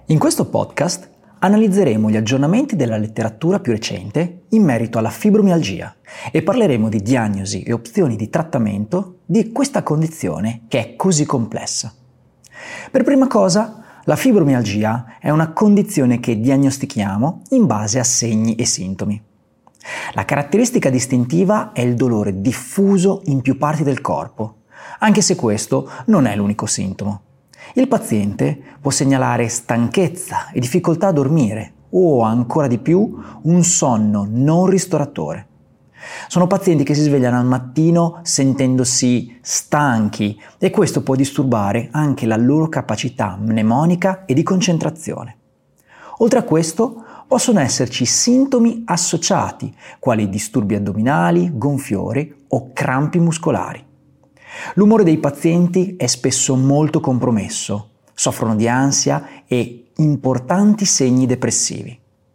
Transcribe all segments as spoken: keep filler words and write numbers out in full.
In questo podcast analizzeremo gli aggiornamenti della letteratura più recente in merito alla fibromialgia e parleremo di diagnosi e opzioni di trattamento di questa condizione che è così complessa. Per prima cosa, la fibromialgia è una condizione che diagnostichiamo in base a segni e sintomi. La caratteristica distintiva è il dolore diffuso in più parti del corpo, anche se questo non è l'unico sintomo. Il paziente può segnalare stanchezza e difficoltà a dormire o, ancora di più, un sonno non ristoratore. Sono pazienti che si svegliano al mattino sentendosi stanchi e questo può disturbare anche la loro capacità mnemonica e di concentrazione. Oltre a questo, possono esserci sintomi associati, quali disturbi addominali, gonfiori o crampi muscolari. L'umore dei pazienti è spesso molto compromesso, soffrono di ansia e importanti segni depressivi.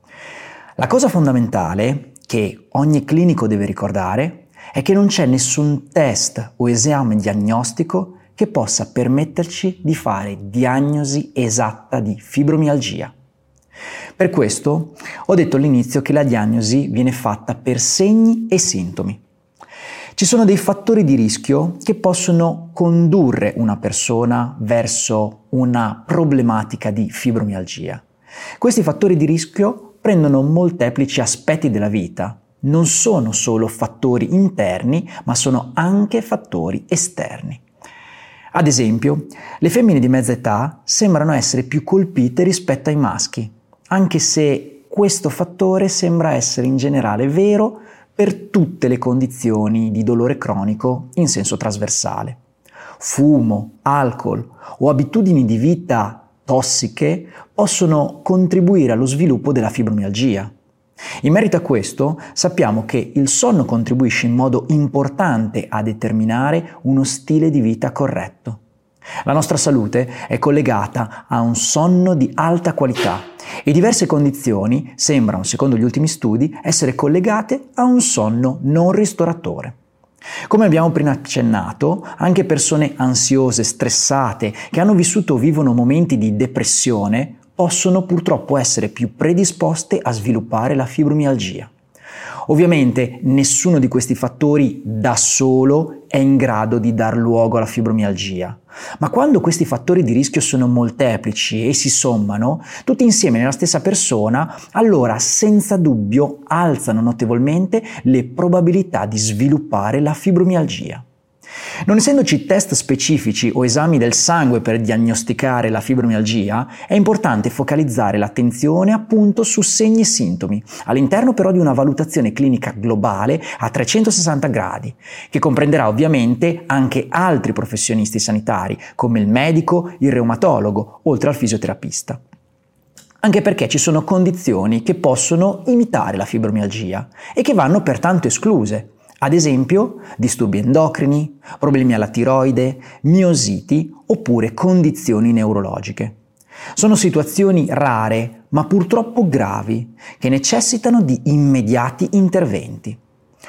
La cosa fondamentale che ogni clinico deve ricordare è che non c'è nessun test o esame diagnostico che possa permetterci di fare diagnosi esatta di fibromialgia. Per questo ho detto all'inizio che la diagnosi viene fatta per segni e sintomi. Ci sono dei fattori di rischio che possono condurre una persona verso una problematica di fibromialgia. Questi fattori di rischio prendono molteplici aspetti della vita, non sono solo fattori interni, ma sono anche fattori esterni. Ad esempio, le femmine di mezza età sembrano essere più colpite rispetto ai maschi, anche se questo fattore sembra essere in generale vero per tutte le condizioni di dolore cronico in senso trasversale. Fumo, alcol o abitudini di vita tossiche possono contribuire allo sviluppo della fibromialgia. In merito a questo, sappiamo che il sonno contribuisce in modo importante a determinare uno stile di vita corretto. La nostra salute è collegata a un sonno di alta qualità e diverse condizioni sembrano, secondo gli ultimi studi, essere collegate a un sonno non ristoratore. Come abbiamo prima accennato, anche persone ansiose, stressate, che hanno vissuto o vivono momenti di depressione, possono purtroppo essere più predisposte a sviluppare la fibromialgia. Ovviamente nessuno di questi fattori da solo è in grado di dar luogo alla fibromialgia, ma quando questi fattori di rischio sono molteplici e si sommano, tutti insieme nella stessa persona, allora senza dubbio alzano notevolmente le probabilità di sviluppare la fibromialgia. Non essendoci test specifici o esami del sangue per diagnosticare la fibromialgia, è importante focalizzare l'attenzione appunto su segni e sintomi, all'interno però di una valutazione clinica globale a trecentosessanta gradi, che comprenderà ovviamente anche altri professionisti sanitari, come il medico, il reumatologo, oltre al fisioterapista. Anche perché ci sono condizioni che possono imitare la fibromialgia e che vanno pertanto escluse. Ad esempio, disturbi endocrini, problemi alla tiroide, miositi oppure condizioni neurologiche. Sono situazioni rare, ma purtroppo gravi, che necessitano di immediati interventi.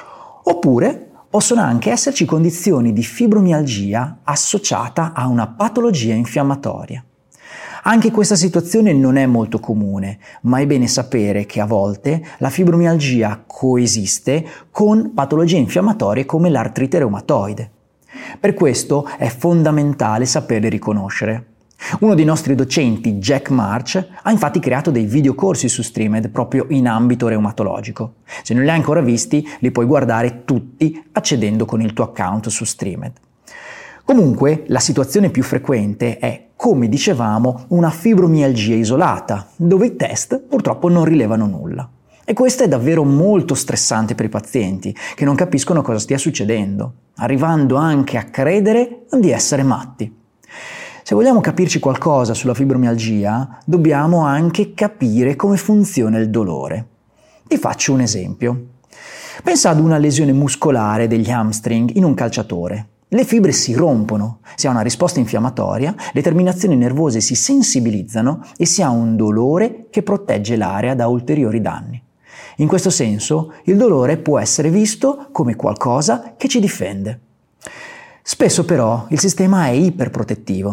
Oppure possono anche esserci condizioni di fibromialgia associata a una patologia infiammatoria. Anche questa situazione non è molto comune, ma è bene sapere che a volte la fibromialgia coesiste con patologie infiammatorie come l'artrite reumatoide. Per questo è fondamentale saperle riconoscere. Uno dei nostri docenti, Jack March, ha infatti creato dei videocorsi su Streamed proprio in ambito reumatologico. Se non li hai ancora visti, li puoi guardare tutti accedendo con il tuo account su Streamed. Comunque, la situazione più frequente è, come dicevamo, una fibromialgia isolata, dove i test purtroppo non rilevano nulla. E questo è davvero molto stressante per i pazienti, che non capiscono cosa stia succedendo, arrivando anche a credere di essere matti. Se vogliamo capirci qualcosa sulla fibromialgia, dobbiamo anche capire come funziona il dolore. Ti faccio un esempio. Pensa ad una lesione muscolare degli hamstring in un calciatore. Le fibre si rompono, si ha una risposta infiammatoria, le terminazioni nervose si sensibilizzano e si ha un dolore che protegge l'area da ulteriori danni. In questo senso, il dolore può essere visto come qualcosa che ci difende. Spesso però il sistema è iperprotettivo.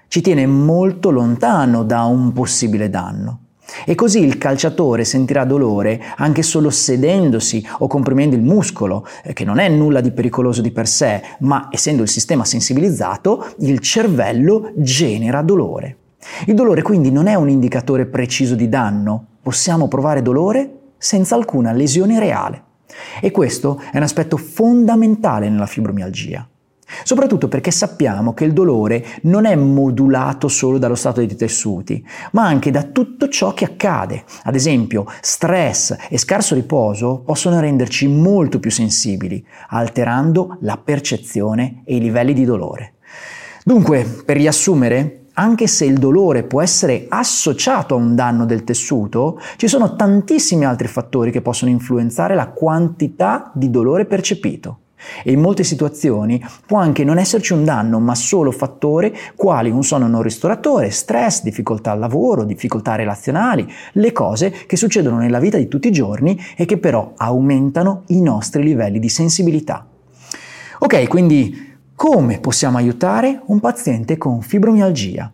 ci tiene molto lontano da un possibile danno. E così il calciatore sentirà dolore anche solo sedendosi o comprimendo il muscolo, che non è nulla di pericoloso di per sé, ma essendo il sistema sensibilizzato, il cervello genera dolore. Il dolore quindi non è un indicatore preciso di danno, possiamo provare dolore senza alcuna lesione reale. E questo è un aspetto fondamentale nella fibromialgia. Soprattutto perché sappiamo che il dolore non è modulato solo dallo stato dei tessuti, ma anche da tutto ciò che accade. Ad esempio, stress e scarso riposo possono renderci molto più sensibili, alterando la percezione e i livelli di dolore. Dunque, per riassumere, anche se il dolore può essere associato a un danno del tessuto, ci sono tantissimi altri fattori che possono influenzare la quantità di dolore percepito. E in molte situazioni può anche non esserci un danno, ma solo fattori quali un sonno non ristoratore, stress, difficoltà al lavoro, difficoltà relazionali, le cose che succedono nella vita di tutti i giorni e che però aumentano i nostri livelli di sensibilità. Ok, quindi come possiamo aiutare un paziente con fibromialgia?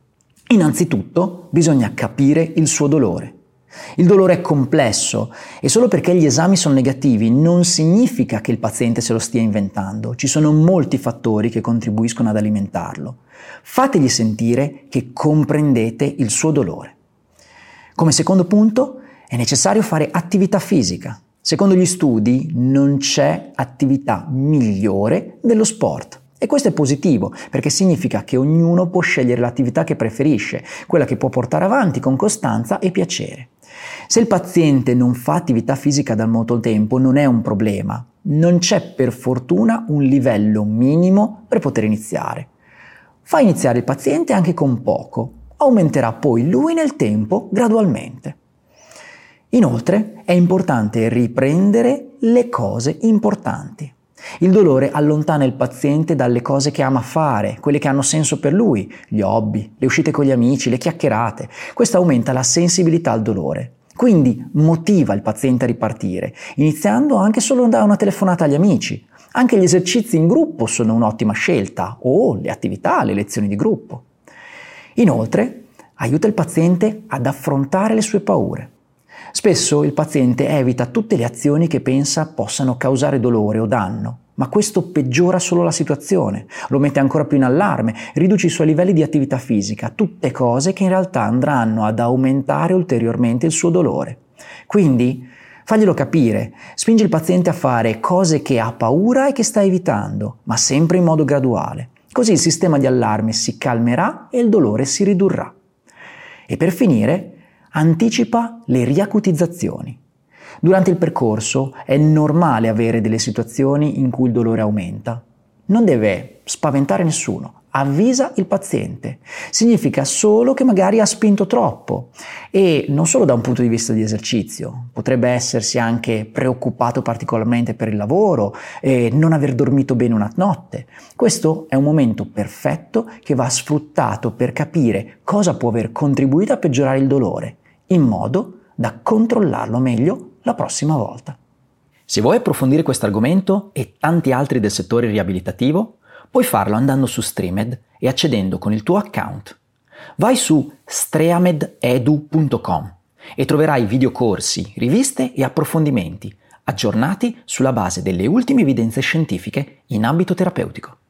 Innanzitutto bisogna capire il suo dolore. Il dolore è complesso e solo perché gli esami sono negativi non significa che il paziente se lo stia inventando. Ci sono molti fattori che contribuiscono ad alimentarlo. Fategli sentire che comprendete il suo dolore. Come secondo punto è necessario fare attività fisica. Secondo gli studi non c'è attività migliore dello sport. E questo è positivo, perché significa che ognuno può scegliere l'attività che preferisce, quella che può portare avanti con costanza e piacere. Se il paziente non fa attività fisica da molto tempo non è un problema, non c'è per fortuna un livello minimo per poter iniziare. Fa iniziare il paziente anche con poco, aumenterà poi lui nel tempo gradualmente. Inoltre è importante riprendere le cose importanti. Il dolore allontana il paziente dalle cose che ama fare, quelle che hanno senso per lui, gli hobby, le uscite con gli amici, le chiacchierate. Questo aumenta la sensibilità al dolore. Quindi motiva il paziente a ripartire, iniziando anche solo da una telefonata agli amici. Anche gli esercizi in gruppo sono un'ottima scelta, o le attività, le lezioni di gruppo. Inoltre, aiuta il paziente ad affrontare le sue paure. Spesso il paziente evita tutte le azioni che pensa possano causare dolore o danno, ma questo peggiora solo la situazione, lo mette ancora più in allarme, riduce i suoi livelli di attività fisica, tutte cose che in realtà andranno ad aumentare ulteriormente il suo dolore. Quindi faglielo capire, spingi il paziente a fare cose che ha paura e che sta evitando, ma sempre in modo graduale. Così il sistema di allarme si calmerà e il dolore si ridurrà. E per finire, anticipa le riacutizzazioni. Durante il percorso è normale avere delle situazioni in cui il dolore aumenta. Non deve spaventare nessuno, avvisa il paziente. Significa solo che magari ha spinto troppo e non solo da un punto di vista di esercizio. Potrebbe essersi anche preoccupato particolarmente per il lavoro e non aver dormito bene una notte. Questo è un momento perfetto che va sfruttato per capire cosa può aver contribuito a peggiorare il dolore, in modo da controllarlo meglio la prossima volta. Se vuoi approfondire questo argomento e tanti altri del settore riabilitativo, puoi farlo andando su Streamed e accedendo con il tuo account. Vai su streamed edu punto com e troverai videocorsi, riviste e approfondimenti aggiornati sulla base delle ultime evidenze scientifiche in ambito terapeutico.